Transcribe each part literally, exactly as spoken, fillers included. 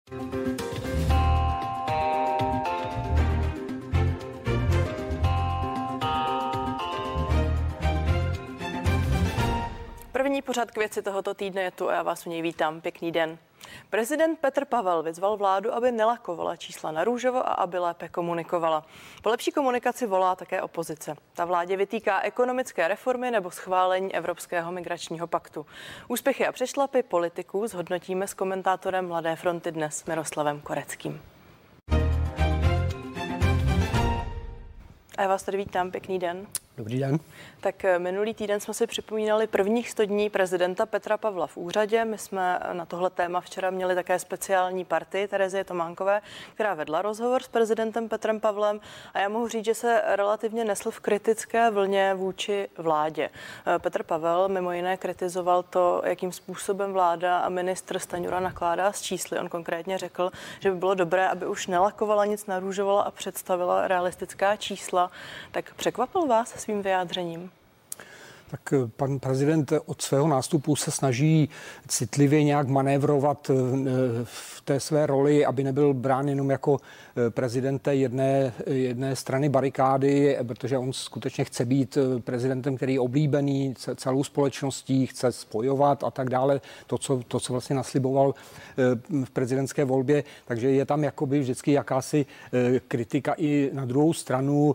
První pořad k věci tohoto týdne je tu a já vás u něj vítám. Pěkný den. Prezident Petr Pavel vyzval vládu, aby nelakovala čísla na růžovo a aby lépe komunikovala. Po lepší komunikaci volá také opozice. Ta vládě vytýká ekonomické reformy nebo schválení Evropského migračního paktu. Úspěchy a přešlapy politiků zhodnotíme s komentátorem Mladé fronty dnes Miroslavem Koreckým. A já vás tady vítám, pěkný den. Dobrý den. Tak minulý týden jsme si připomínali prvních sto dní prezidenta Petra Pavla v úřadě. My jsme na tohle téma včera měli také speciální partii Terezie Tománkové, která vedla rozhovor s prezidentem Petrem Pavlem a já mohu říct, že se relativně nesl v kritické vlně vůči vládě. Petr Pavel mimo jiné kritizoval to, jakým způsobem vláda a ministr Stanjura nakládá s čísly. On konkrétně řekl, že by bylo dobré, aby už nelakovala, nic narůžovala a představila realistická čísla. Tak překvapil vás svým vyjádřením? Tak pan prezident od svého nástupu se snaží citlivě nějak manévrovat v té své roli, aby nebyl brán jenom jako prezident té jedné, jedné strany barikády, protože on skutečně chce být prezidentem, který je oblíbený celou společností, chce spojovat a tak dále. To, co, to, co vlastně nasliboval v prezidentské volbě. Takže je tam jakoby vždycky jakási kritika i na druhou stranu.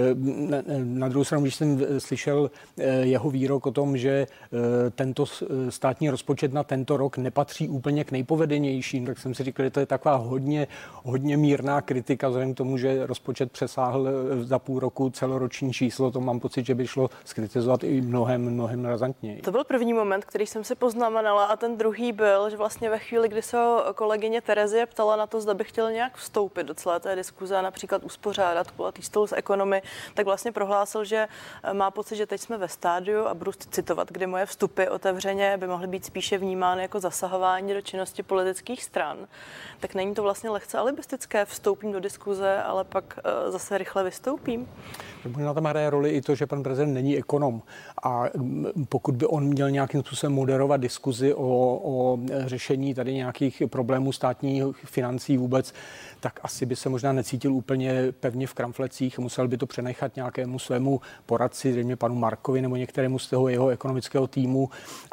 Na druhou stranu, když jsem slyšel jeho výrok o tom, že tento státní rozpočet na tento rok nepatří úplně k nejpovedenějším, tak jsem si říkal, že to je taková hodně, hodně mírná kritika, vzhledem k tomu, že rozpočet přesáhl za půl roku celoroční číslo, to mám pocit, že by šlo skritizovat i mnohem, mnohem razantněji. To byl první moment, který jsem si poznamenala a ten druhý byl, že vlastně ve chvíli, kdy se kolegyně Terezie ptala na to, zda by chtěl nějak vstoupit do celé té diskuze a například uspořádat kulatý stůl s ekonomy, tak vlastně prohlásil, že má pocit, že teď jsme ve stádiu a budu citovat, kdy moje vstupy otevřeně by mohly být spíše vnímány jako zasahování do činnosti politických stran. Tak není to vlastně lehce alibistické, vstoupím do diskuze, ale pak uh, zase rychle vystoupím? Na tom hraje roli i to, že pan prezident není ekonom a pokud by on měl nějakým způsobem moderovat diskuzi o, o řešení tady nějakých problémů státních financí vůbec, tak asi by se možná necítil úplně pevně v kramflecích, musel by to přenechat nějakému svému poradci, zřejmě panu Markovi nebo některému z toho jeho ekonomického týmu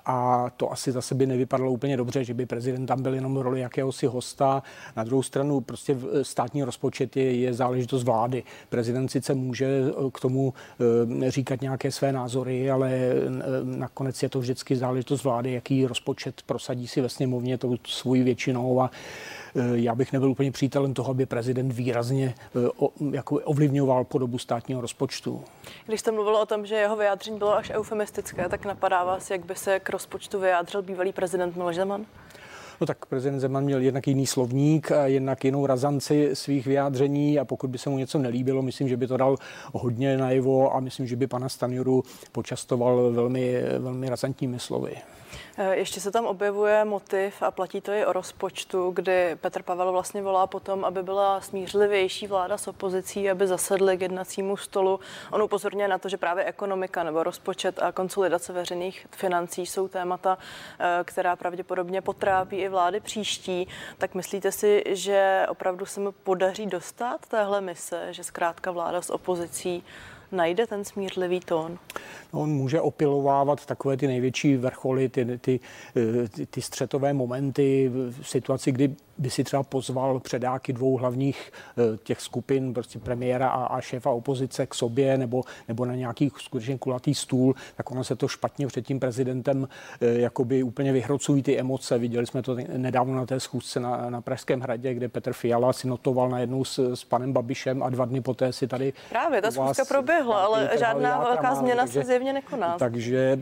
a to asi zase by nevypadalo úplně dobře, že by prezident tam byl jenom v roli jakéhosi hosta. Na druhou stranu prostě státní rozpočet je, je záležitost vlády. Prezident sice může k tomu říkat nějaké své názory, ale nakonec je to vždycky záležitost vlády, jaký rozpočet prosadí si ve sněmovně tou svou většinou a já bych nebyl úplně přítelem toho, aby prezident výrazně jako ovlivňoval podobu státního rozpočtu. Když jste mluvil o tom, že jeho vyjádření bylo až eufemistické, tak napadá vás, jak by se k rozpočtu vyjádřil bývalý prezident Miloš Zeman? No tak prezident Zeman měl jednak jiný slovník a jednak jinou razanci svých vyjádření a pokud by se mu něco nelíbilo, myslím, že by to dal hodně najevo a myslím, že by pana Stanjuru počastoval velmi, velmi razantními slovy. Ještě se tam objevuje motiv a platí to i o rozpočtu, kdy Petr Pavel vlastně volá potom, aby byla smířlivější vláda s opozicí, aby zasedli k jednacímu stolu. On upozorňuje na to, že právě ekonomika nebo rozpočet a konsolidace veřejných financí jsou témata, která pravděpodobně potrápí i vlády příští. Tak myslíte si, že opravdu se mu podaří dostat téhle mise, že zkrátka vláda s opozicí najde ten smířlivý tón? No, on může opilovávat takové ty největší vrcholy, ty, ty, ty, ty střetové momenty v situaci, kdy by si třeba pozval předáky dvou hlavních těch skupin, prostě premiéra a, a šéfa opozice k sobě nebo, nebo na nějaký skutečně kulatý stůl, tak ono se to špatně před tím prezidentem jakoby úplně vyhrocují ty emoce. Viděli jsme to nedávno na té schůzce na, na Pražském hradě, kde Petr Fiala si notoval najednou s, s panem Babišem a dva dny poté si tady... Právě, ta schůzka proběhla, ale žádná velká změna takže, se zjevně nekoná. Takže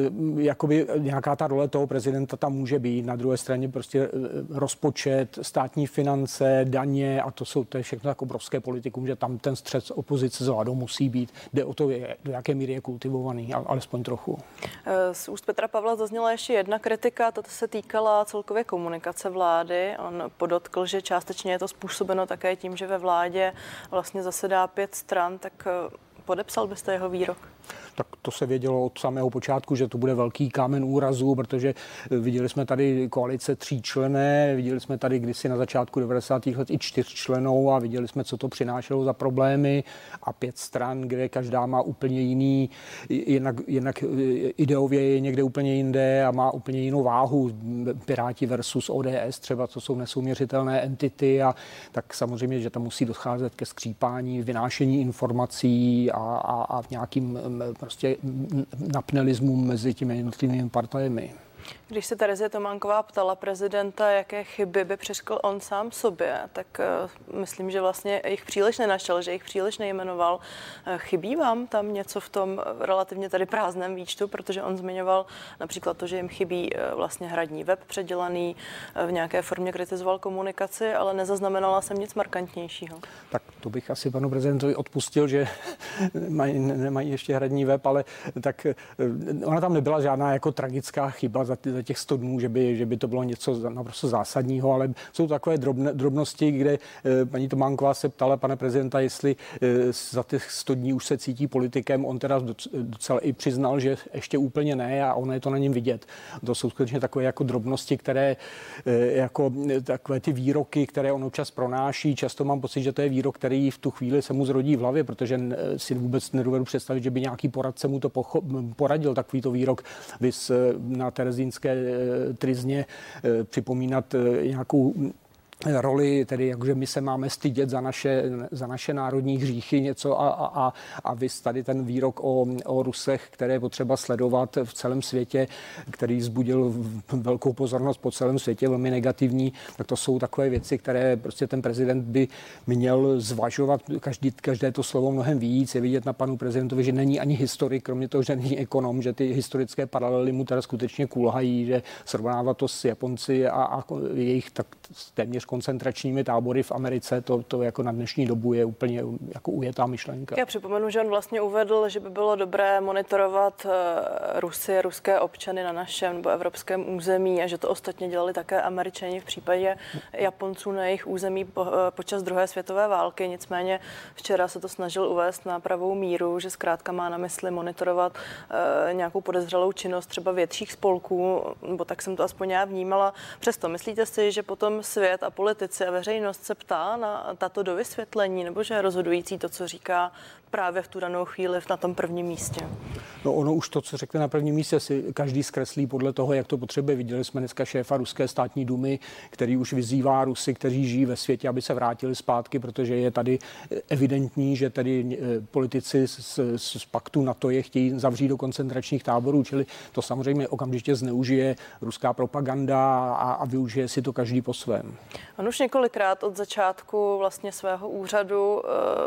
jakoby nějaká ta role toho prezidenta tam může být. Na druhé straně prostě rozpočet, státní finance, daně a to jsou to je všechno tak obrovské politikum, že tam ten střet opozice s vládou musí být. Jde o to, do jaké míry je kultivovaný, alespoň trochu. Z úst Petra Pavla zazněla ještě jedna kritika, tato se týkala celkově komunikace vlády. On podotkl, že částečně je to způsobeno také tím, že ve vládě vlastně zasedá pět stran, tak podepsal byste jeho výrok? Tak to se vědělo od samého počátku, že to bude velký kámen úrazu, protože viděli jsme tady koalice tříčlenné, viděli jsme tady kdysi na začátku devadesátých let i čtyřčlennou a viděli jsme, co to přinášelo za problémy a pět stran, kde každá má úplně jiný, jednak, jednak ideově je někde úplně jinde a má úplně jinou váhu. Piráti versus O D S třeba, co jsou nesouměřitelné entity a tak samozřejmě, že tam musí docházet ke skřípání, vynášení informací a, a, a nějakým prostě napnelismu mezi těmi jednotlivými partajemi. Když se Terezie Tománková ptala prezidenta, jaké chyby by přiřkl on sám sobě, tak uh, myslím, že vlastně jich příliš nenašel, že jich příliš nejmenoval. Uh, chybí vám tam něco v tom relativně tady prázdném výčtu, protože on zmiňoval například to, že jim chybí uh, vlastně hradní web předělaný, uh, v nějaké formě kritizoval komunikaci, ale nezaznamenala jsem nic markantnějšího. Tak to bych asi panu prezidentovi odpustil, že nemají, nemají ještě hradní web, ale tak uh, ona tam nebyla žádná jako tragická chyba za, ty, za těch sto dnů, že by, že by to bylo něco naprosto zásadního, ale jsou takové drobne, drobnosti, kde e, paní Tománková se ptala pana prezidenta, jestli e, za těch sto dní už se cítí politikem. On teda docela i přiznal, že ještě úplně ne a ono je to na něm vidět. To jsou skutečně takové jako drobnosti, které e, jako takové ty výroky, které on občas pronáší. Často mám pocit, že to je výrok, který v tu chvíli se mu zrodí v hlavě, protože si vůbec nedovedu představit, že by nějaký poradce mu to pocho- poradil, takovýto výrok vys na terezínské tryzně připomínat nějakou roli, tedy jakože my se máme stydět za naše, za naše národní hříchy něco a, a, a vy tady ten výrok o, o Rusech, které je potřeba sledovat v celém světě, který vzbudil velkou pozornost po celém světě, velmi negativní, tak to jsou takové věci, které prostě ten prezident by měl zvažovat každý, každé to slovo mnohem víc. Je vidět na panu prezidentovi, že není ani historik, kromě toho, že není ekonom, že ty historické paralely mu teda skutečně kulhají, že srovnávat to s Japonci a, a jejich tak téměř koncentračními tábory v Americe, to, to jako na dnešní dobu je úplně jako ujetá myšlenka. Já připomenu, že on vlastně uvedl, že by bylo dobré monitorovat Rusy, ruské občany na našem nebo evropském území a že to ostatně dělali také Američani v případě Japonců na jejich území po, počas druhé světové války. Nicméně včera se to snažil uvést na pravou míru, že zkrátka má na mysli monitorovat uh, nějakou podezřelou činnost třeba větších spolků, nebo tak jsem to aspoň já vnímala. Přesto myslíte si, že potom svět a politici a veřejnost se ptá na tato dovysvětlení, nebo že je rozhodující to, co říká právě v tu danou chvíli na tom prvním místě? No ono už to, co řekne na prvním místě, si každý zkreslí podle toho, jak to potřebuje. Viděli jsme dneska šéfa ruské státní dumy, který už vyzývá Rusy, kteří žijí ve světě, aby se vrátili zpátky, protože je tady evidentní, že tady politici z, z paktu NATO je chtějí zavřít do koncentračních táborů, čili to samozřejmě okamžitě zneužije ruská propaganda a, a využije si to každý po svém. On už několikrát od začátku vlastně svého úřadu,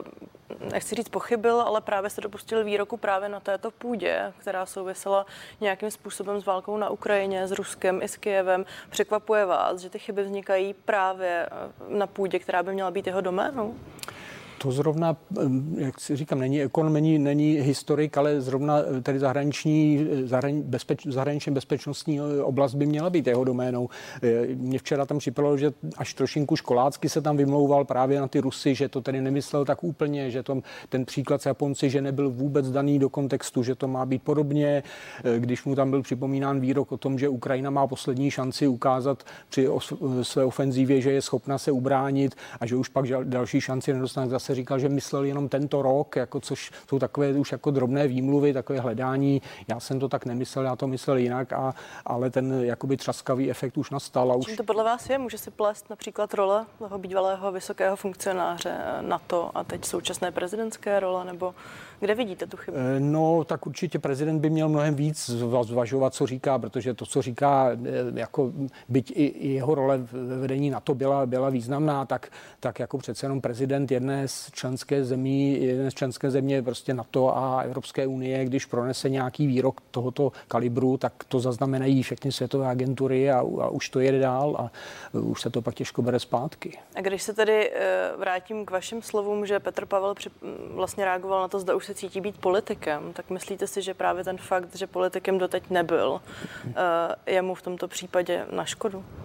nechci říct pochybil, ale právě se dopustil výroku právě na této půdě, která souvisela nějakým způsobem s válkou na Ukrajině, s Ruskem i s Kyjevem. Překvapuje vás, že ty chyby vznikají právě na půdě, která by měla být jeho doménou? To zrovna, jak si říkám, není ekonom, není, není historik, ale zrovna tedy zahraniční, zahrani, bezpeč, zahraničně bezpečnostní oblast by měla být jeho doménou. Mě včera tam připadalo, že až trošinku školácky se tam vymlouval právě na ty Rusy, že to tedy nemyslel tak úplně, že to, ten příklad s Japonci, že nebyl vůbec daný do kontextu, že to má být podobně. Když mu tam byl připomínán výrok o tom, že Ukrajina má poslední šanci ukázat při os, své ofenzívě, že je schopna se ubránit a že už pak další šanci nedostane, zase říkal, že myslel jenom tento rok, jako což jsou takové už jako drobné výmluvy, takové hledání. Já jsem to tak nemyslel, já to myslel jinak, a, ale ten jakoby třaskavý efekt už nastal. A už... Čím to podle vás je? Může si plést například role toho bývalého vysokého funkcionáře NATO a teď současné prezidentské role, nebo kde vidíte tu chybu? No, tak určitě prezident by měl mnohem víc zvažovat, co říká, protože to, co říká, jako byť i jeho role ve vedení NATO byla, byla významná, tak, tak jako přece jenom prezident jedné z členské zemí, jedné z členské země prostě NATO a Evropské unie, když pronese nějaký výrok tohoto kalibru, tak to zaznamenají všechny světové agentury a, a už to jede dál a už se to pak těžko bere zpátky. A když se tedy vrátím k vašim slovům, že Petr Pavel při, vlastně reagoval na to, zda už se cítí být politikem, tak myslíte si, že právě ten fakt, že politikem doteď nebyl, je mu v tomto případě na škodu?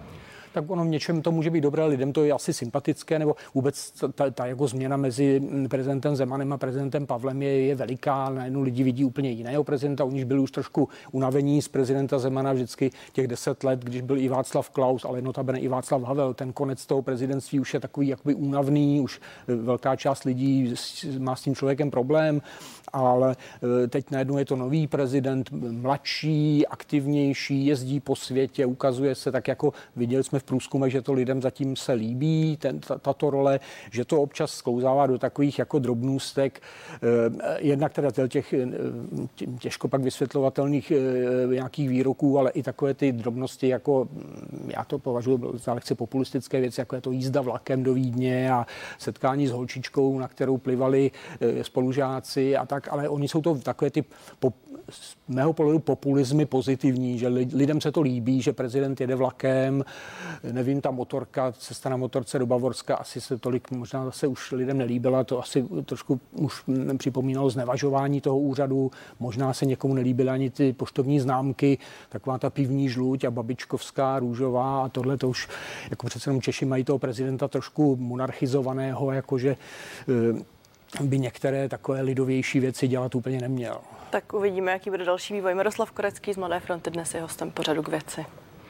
Tak ono v něčem to může být dobré, lidem to je asi sympatické, nebo vůbec ta, ta jako změna mezi prezidentem Zemanem a prezidentem Pavlem je, je veliká. Najednou lidi vidí úplně jiného prezidenta, oni byli už trošku unavení z prezidenta Zemana vždycky těch deset let, když byl i Václav Klaus, ale notabene i Václav Havel. Ten konec toho prezidentství už je takový jakoby únavný, už velká část lidí má s tím člověkem problém, ale teď najednou je to nový prezident, mladší, aktivnější, jezdí po světě, ukazuje se tak, jako viděli jsme v průzkumech, že to lidem zatím se líbí, ten, tato role, že to občas sklouzává do takových jako drobnůstek, jednak teda těch těžko pak vysvětlovatelných nějakých výroků, ale i takové ty drobnosti, jako já to považuji za lehce populistické věci, jako je to jízda vlakem do Vídně a setkání s holčičkou, na kterou plivali spolužáci a tak, ale oni jsou to takové ty pop, z mého pohledu populizmy pozitivní, že lidem se to líbí, že prezident jede vlakem, nevím, ta motorka, cesta na motorce do Bavorska asi se tolik možná zase už lidem nelíbila, to asi trošku už připomínalo znevažování toho úřadu, možná se někomu nelíbily ani ty poštovní známky, taková ta pivní žluť a babičkovská, růžová a tohle to už, jako přece jenom Češi mají toho prezidenta trošku monarchizovaného, jakože by některé takové lidovější věci dělat úplně neměl. Tak uvidíme, jaký bude další vývoj. Miroslav Korecký z Mladé fronty dnes je hostem pořadu K věci.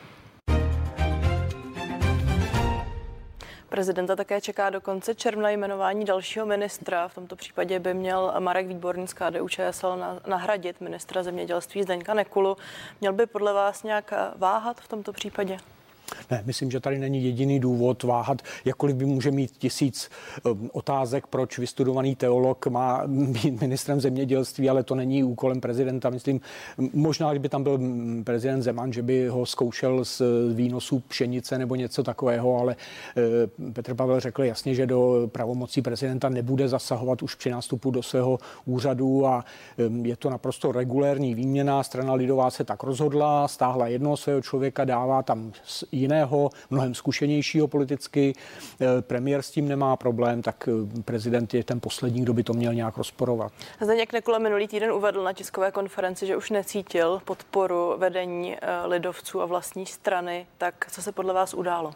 Prezidenta také čeká do konce června jmenování dalšího ministra. V tomto případě by měl Marek Výborný z K D U Č S L nahradit ministra zemědělství Zdeňka Nekulu. Měl by podle vás nějak váhat v tomto případě? Ne, myslím, že tady není jediný důvod váhat, jakkoliv by může mít tisíc um, otázek, proč vystudovaný teolog má být ministrem zemědělství, ale to není úkolem prezidenta. Myslím, možná, kdyby tam byl prezident Zeman, že by ho zkoušel z výnosů pšenice nebo něco takového, ale uh, Petr Pavel řekl jasně, že do pravomocí prezidenta nebude zasahovat už při nástupu do svého úřadu a um, je to naprosto regulérní výměna. Strana lidová se tak rozhodla, stáhla jednoho svého člověka, dává tam jiného, mnohem zkušenějšího politicky. Premiér s tím nemá problém, tak prezident je ten poslední, kdo by to měl nějak rozporovat. Zdeněk Nekula minulý týden uvedl na tiskové konferenci, že už necítil podporu vedení lidovců a vlastní strany. Tak co se podle vás událo?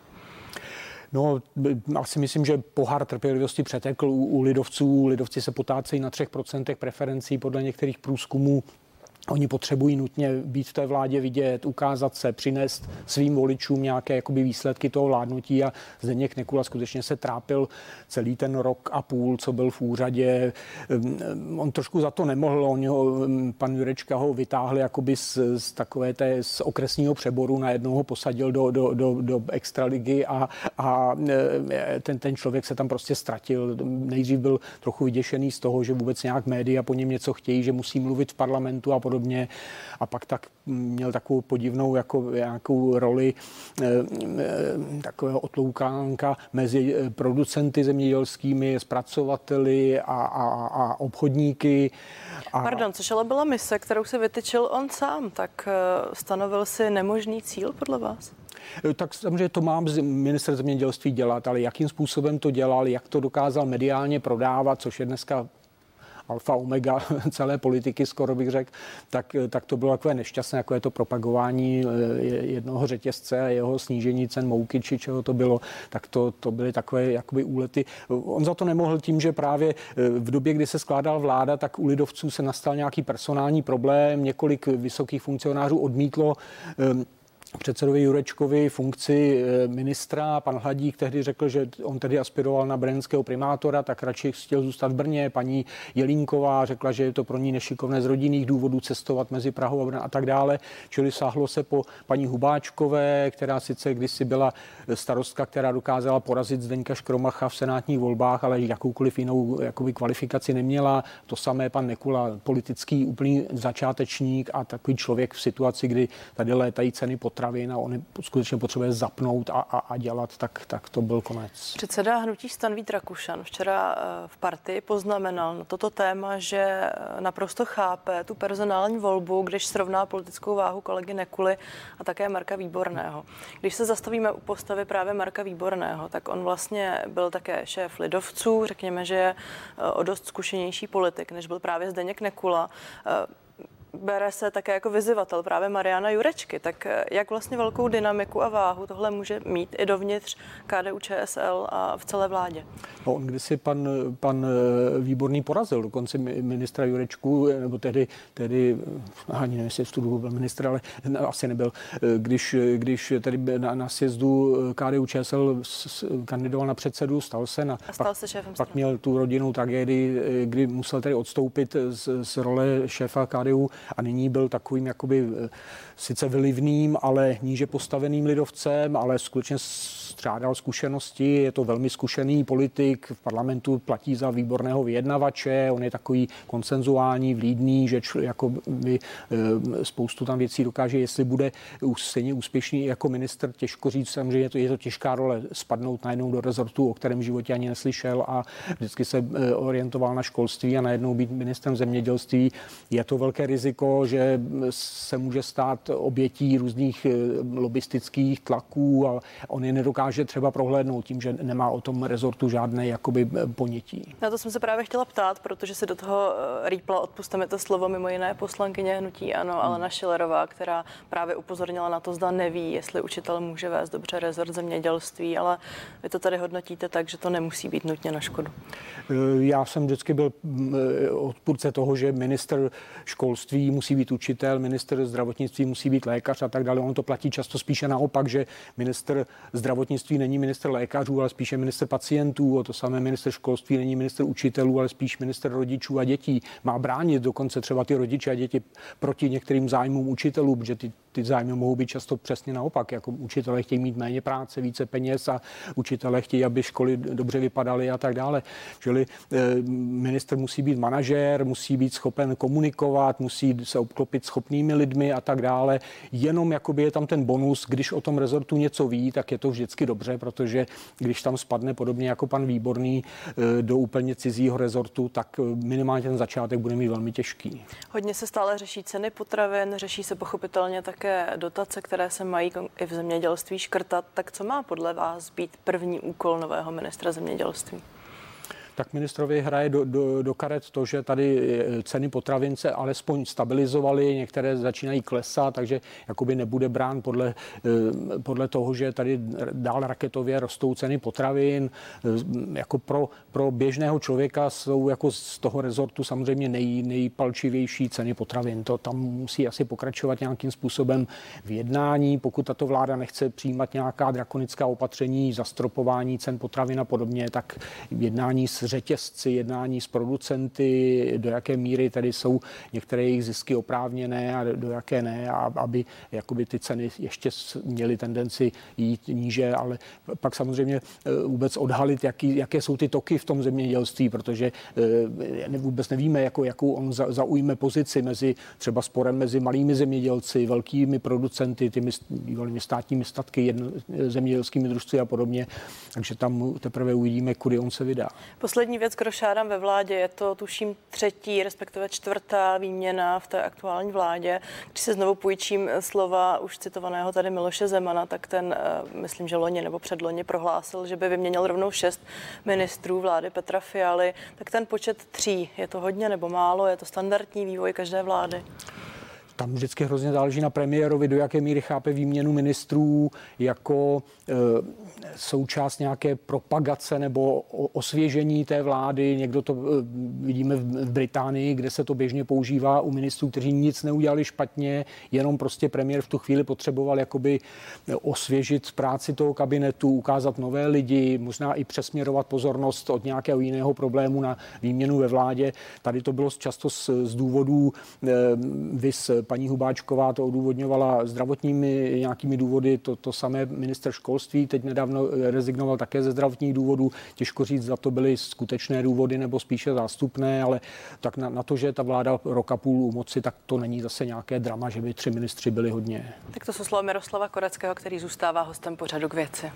No, asi myslím, že pohár trpělivosti přetekl u, u lidovců. Lidovci se potácejí na třech procentech preferencí podle některých průzkumů. Oni potřebují nutně být v té vládě vidět, ukázat se, přinést svým voličům nějaké jakoby výsledky toho vládnutí a Zdeněk Nekula skutečně se trápil celý ten rok a půl, co byl v úřadě. On trošku za to nemohl, on ho, pan Jurečka ho vytáhl jakoby z, z takové té z okresního přeboru, najednou ho posadil do, do, do, do extraligy a, a ten, ten člověk se tam prostě ztratil. Nejdřív byl trochu vyděšený z toho, že vůbec nějak média po něm něco chtějí, že musí mluvit v parlamentu a podobně. A pak tak měl takovou podivnou jako nějakou roli e, e, takového otloukánka mezi producenty zemědělskými, zpracovateli a, a, a obchodníky. A... Pardon, což ale byla mise, kterou se vytyčil on sám, tak stanovil si nemožný cíl podle vás? Tak samozřejmě to mám ministr zemědělství dělat, ale jakým způsobem to dělal, jak to dokázal mediálně prodávat, což je dneska alfa omega celé politiky, skoro bych řekl, tak, tak to bylo takové nešťastné, jako je to propagování jednoho řetězce a jeho snížení cen mouky, či čeho to bylo, tak to, to byly takové jakoby úlety. On za to nemohl tím, že právě v době, kdy se skládala vláda, tak u lidovců se nastal nějaký personální problém, několik vysokých funkcionářů odmítlo předsedovi Jurečkovi funkci ministra. Pan Hladík tehdy řekl, že on tedy aspiroval na brněnského primátora, tak radši chtěl zůstat v Brně. Paní Jelínková řekla, že je to pro ní nešikovné z rodinných důvodů cestovat mezi Prahou a Brnem a tak dále. Čili sáhlo se po paní Hubáčkové, která sice kdysi byla starostka, která dokázala porazit Zdeňka Škromacha v senátních volbách, ale jakoukoliv jinou jakoby kvalifikaci neměla. To samé pan Nekula, politický úplný začátečník a takový člověk v situaci, kdy tady létají ceny potravin a on skutečně potřebuje zapnout a, a, a dělat, tak, tak to byl konec. Předseda hnutí STAN Vít Rakušan včera v Partii poznamenal na toto téma, že naprosto chápe tu personální volbu, když srovná politickou váhu kolegy Nekuly a také Marka Výborného. Když se zastavíme u postavy právě Marka Výborného, tak on vlastně byl také šéf lidovců, řekněme, že je o dost zkušenější politik, než byl právě Zdeněk Nekula. bere se také jako vyzývatel právě Mariana Jurečky. Tak jak vlastně velkou dynamiku a váhu tohle může mít i dovnitř K D U Č S L a v celé vládě? No, on kdysi pan, pan Výborný porazil dokonce ministra Jurečku, nebo tehdy, tehdy ani nevím, jestli v tu dobu byl ministr, ale asi nebyl, když, když tedy na, na sjezdu K D U Č S L kandidoval na předsedu, stal se na, a stal pak, se šéfem pak měl tu rodinnou tragédii, kdy musel tedy odstoupit z, z role šéfa K D U a nyní byl takovým jakoby sice vlivným, ale níže postaveným lidovcem, ale skutečně střádal zkušenosti, je to velmi zkušený politik, v parlamentu platí za výborného vyjednavače, on je takový konsenzuální, vlídný, že čl, jako by, e, spoustu tam věcí dokáže, jestli bude stejně úspěšný jako ministr, těžko říct, samozřejmě je to, je to těžká role spadnout najednou do rezortu, o kterém v životě ani neslyšel a vždycky se e, orientoval na školství a najednou být ministrem zemědělství. Je to velké riziko, že se může stát obětí různých lobistických tlaků a on je nedokáže třeba prohlédnout tím, že nemá o tom rezortu žádné jakoby ponětí. Na to jsem se právě chtěla ptát, protože se do toho rýpla, odpustíme to slovo, mimo jiné poslankyně hnutí ANO, hmm. Alena Schillerová, která právě upozornila na to, zda neví, jestli učitel může vést dobře rezort zemědělství, ale vy to tady hodnotíte tak, že to nemusí být nutně na škodu. Já jsem vždycky byl odpůrce toho, že ministr školství musí být učitel, ministr zdravotnictví musí být lékař a tak dále. Ono to platí často spíše naopak, že ministr zdravotnictví není ministr lékařů, ale spíše ministr pacientů, a to samé ministr školství není ministr učitelů, ale spíš ministr rodičů a dětí. Má bránit dokonce třeba ty rodiče a děti proti některým zájmům učitelů, protože ty, ty zájmy mohou být často přesně naopak. Jako učitelé chtějí mít méně práce, více peněz a učitelé chtějí, aby školy dobře vypadaly a tak dále. Čili eh, ministr musí být manažér, musí být schopen komunikovat, musí se obklopit schopnými lidmi a tak dále. Jenom jakoby je tam ten bonus, když o tom rezortu něco ví, tak je to vždycky dobře, protože když tam spadne podobně jako pan Výborný do úplně cizího rezortu, tak minimálně ten začátek bude mít velmi těžký. Hodně se stále řeší ceny potravin, řeší se pochopitelně také dotace, které se mají i v zemědělství škrtat. Tak co má podle vás být první úkol nového ministra zemědělství? Tak ministrovi hraje do, do, do karet to, že tady ceny potravin se alespoň stabilizovaly, některé začínají klesat, takže jakoby nebude brán podle, podle toho, že tady dál raketově rostou ceny potravin. Jako pro, pro běžného člověka jsou jako z toho rezortu samozřejmě nej, nejpalčivější ceny potravin. To tam musí asi pokračovat nějakým způsobem v jednání, pokud tato vláda nechce přijímat nějaká drakonická opatření, zastropování cen potravin a podobně, tak jednání s řetězci, jednání s producenty, do jaké míry tady jsou některé jejich zisky oprávněné a do jaké ne, a aby jakoby ty ceny ještě měly tendenci jít níže, ale pak samozřejmě vůbec odhalit, jaký, jaké jsou ty toky v tom zemědělství, protože vůbec nevíme, jako, jakou on zaujme pozici mezi třeba sporem mezi malými zemědělci, velkými producenty, těmi bývalými státními statky, jedno, zemědělskými družstvy a podobně, takže tam teprve uvidíme, kudy on se vydá. Poslední věc k rošádám ve vládě, je to tuším třetí, respektive čtvrtá výměna v té aktuální vládě. Když se znovu půjčím slova už citovaného tady Miloše Zemana, tak ten, myslím, že loni nebo předloni prohlásil, že by vyměnil rovnou šest ministrů vlády Petra Fialy. Tak ten počet tří, je to hodně nebo málo, je to standardní vývoj každé vlády? Tam vždycky hrozně záleží na premiérovi, do jaké míry chápe výměnu ministrů jako e, součást nějaké propagace nebo osvěžení té vlády. Někdo to e, vidíme v, v Británii, kde se to běžně používá u ministrů, kteří nic neudělali špatně, jenom prostě premiér v tu chvíli potřeboval jakoby osvěžit práci toho kabinetu, ukázat nové lidi, možná i přesměrovat pozornost od nějakého jiného problému na výměnu ve vládě. Tady to bylo často z, z důvodů e, vys paní Hubáčková to odůvodňovala zdravotními nějakými důvody, to, to samé ministr školství teď nedávno rezignoval také ze zdravotních důvodů. Těžko říct, zda to byly skutečné důvody nebo spíše zástupné, ale tak na, na to, že ta vláda rok a půl u moci, tak to není zase nějaké drama, že by tři ministři byli hodně. Tak to jsou slova Miroslava Koreckého, který zůstává hostem pořadu K věci.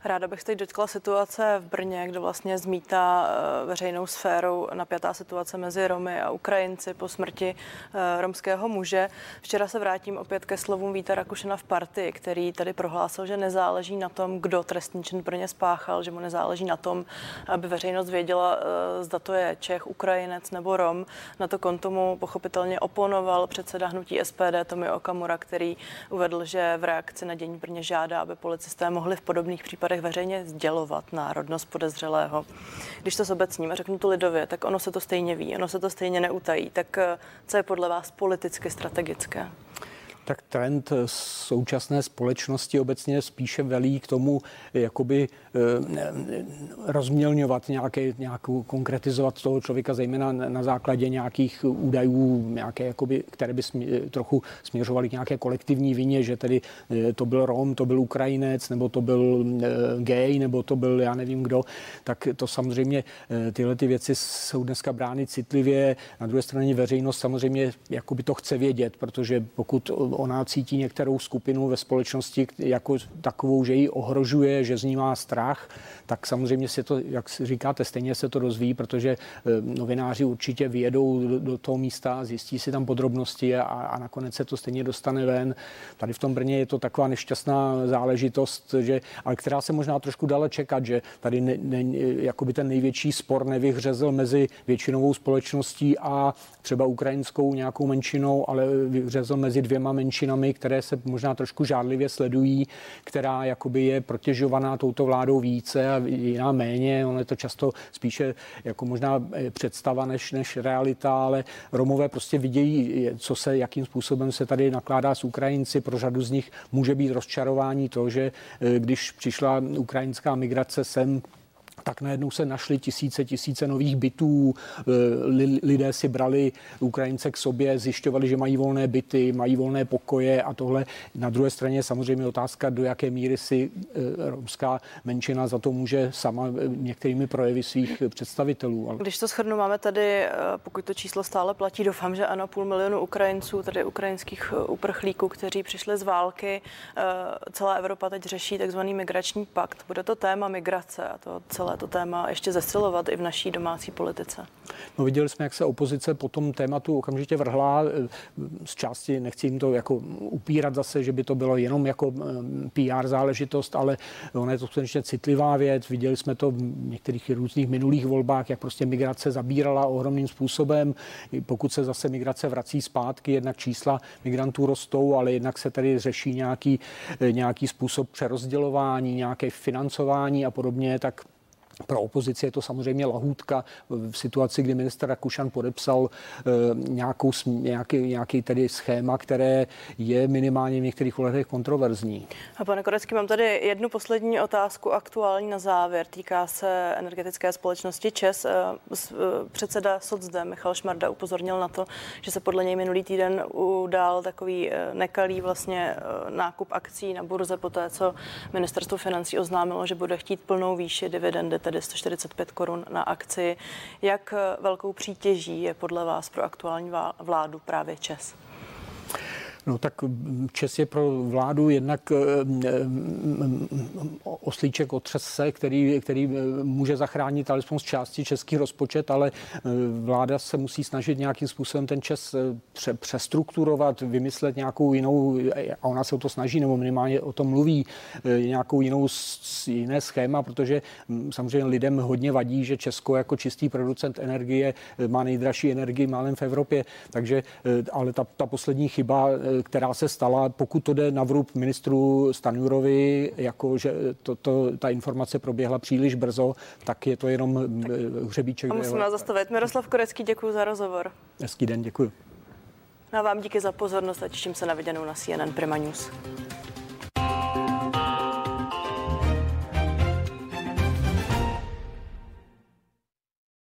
Ráda bych teď dotkla situace v Brně, kde vlastně zmítá veřejnou sférou napjatá situace mezi Romy a Ukrajinci po smrti romského muže. Včera se vrátím opět ke slovům Víta Rakušana v Partii, který tady prohlásil, že nezáleží na tom, kdo trestný čin v Brně spáchal, že mu nezáleží na tom, aby veřejnost věděla, zda to je Čech, Ukrajinec nebo Rom. Na to konto mu pochopitelně oponoval předseda hnutí S P D Tomio Okamura, který uvedl, že v reakci na dění v Brně žádá, aby policisté mohli v podobných případech veřejně sdělovat národnost podezřelého. Když to zobecním a řeknu to lidově, tak ono se to stejně ví, ono se to stejně neutají. Tak co je podle vás politicky strategické? Tak trend současné společnosti obecně spíše velí k tomu, jakoby eh, rozmělňovat nějaké, nějakou, konkretizovat toho člověka, zejména na základě nějakých údajů, nějaké, jakoby, které by smě, trochu směřovaly k nějaké kolektivní vině, že tedy eh, to byl Rom, to byl Ukrajinec, nebo to byl eh, gay, nebo to byl já nevím kdo, tak to samozřejmě eh, tyhle ty věci jsou dneska brány citlivě. Na druhé straně veřejnost samozřejmě jakoby to chce vědět, protože pokud ona cítí některou skupinu ve společnosti jako takovou, že ji ohrožuje, že z ní má strach, tak samozřejmě se to, jak říkáte, stejně se to dozví, protože novináři určitě vyjedou do, do toho místa, zjistí si tam podrobnosti a, a nakonec se to stejně dostane ven. Tady v tom Brně je to taková nešťastná záležitost, že, ale která se možná trošku dala čekat, že tady ne, ne, jakoby ten největší spor nevyhřezl mezi většinovou společností a třeba ukrajinskou nějakou menšinou, ale vyhřezl mezi dvěma menšinami, které se možná trošku žádlivě sledují, která jakoby je protěžovaná touto vládou více a jiná méně. Ono je to často spíše jako možná představa než, než realita, ale Romové prostě vidějí, co se, jakým způsobem se tady nakládá s Ukrajinci. Pro řadu z nich může být rozčarování to, že když přišla ukrajinská migrace sem, tak najednou se našly tisíce, tisíce nových bytů, lidé si brali Ukrajince k sobě, zjišťovali, že mají volné byty, mají volné pokoje a tohle. Na druhé straně samozřejmě otázka, do jaké míry si romská menšina za to může sama některými projevy svých představitelů. Když to shrnu, máme tady, pokud to číslo stále platí, doufám, že ano, půl milionu Ukrajinců, tedy ukrajinských uprchlíků, kteří přišli z války. Celá Evropa teď řeší takzvaný migrační pakt. Bude to téma migrace a to celé to téma ještě zesilovat i v naší domácí politice? No, viděli jsme, jak se opozice po tom tématu okamžitě vrhla. Z části nechci jim to jako upírat zase, že by to bylo jenom jako P R záležitost, ale ona je to skutečně citlivá věc. Viděli jsme to v některých různých minulých volbách, jak prostě migrace zabírala ohromným způsobem. Pokud se zase migrace vrací zpátky, jednak čísla migrantů rostou, ale jednak se tady řeší nějaký, nějaký způsob přerozdělování, nějaké financování a podobně, tak pro opozici je to samozřejmě lahůdka v situaci, kdy ministr Rakušan podepsal e, nějakou, nějaký, nějaký tedy schéma, které je minimálně v některých ohledech kontroverzní. A pane Korecký, mám tady jednu poslední otázku aktuální na závěr. Týká se energetické společnosti ČEZ. Předseda SocDem Michal Šmarda upozornil na to, že se podle něj minulý týden udál takový nekalý vlastně nákup akcí na burze poté, co ministerstvo financí oznámilo, že bude chtít plnou výši dividendy, tedy sto čtyřicet pět korun na akci. Jak velkou přítěží je podle vás pro aktuální vládu právě ČEZ? No tak ČEZ je pro vládu jednak oslíček otřese, který, který může zachránit alespoň z části český rozpočet, ale vláda se musí snažit nějakým způsobem ten ČEZ pře, přestrukturovat, vymyslet nějakou jinou, a ona se o to snaží, nebo minimálně o tom mluví, nějakou jinou jiné schéma, protože samozřejmě lidem hodně vadí, že Česko jako čistý producent energie má nejdražší energii málem v Evropě, takže ale ta, ta poslední chyba, která se stala, pokud to jde na vrub ministru Stanjurovi, jako že to, to, ta informace proběhla příliš brzo, tak je to jenom hřebíček. A musím vás zastavit. Miroslav Korecký, děkuji za rozhovor. Hezký den, děkuji. A vám díky za pozornost a těším se na viděnou na C N N Prima News.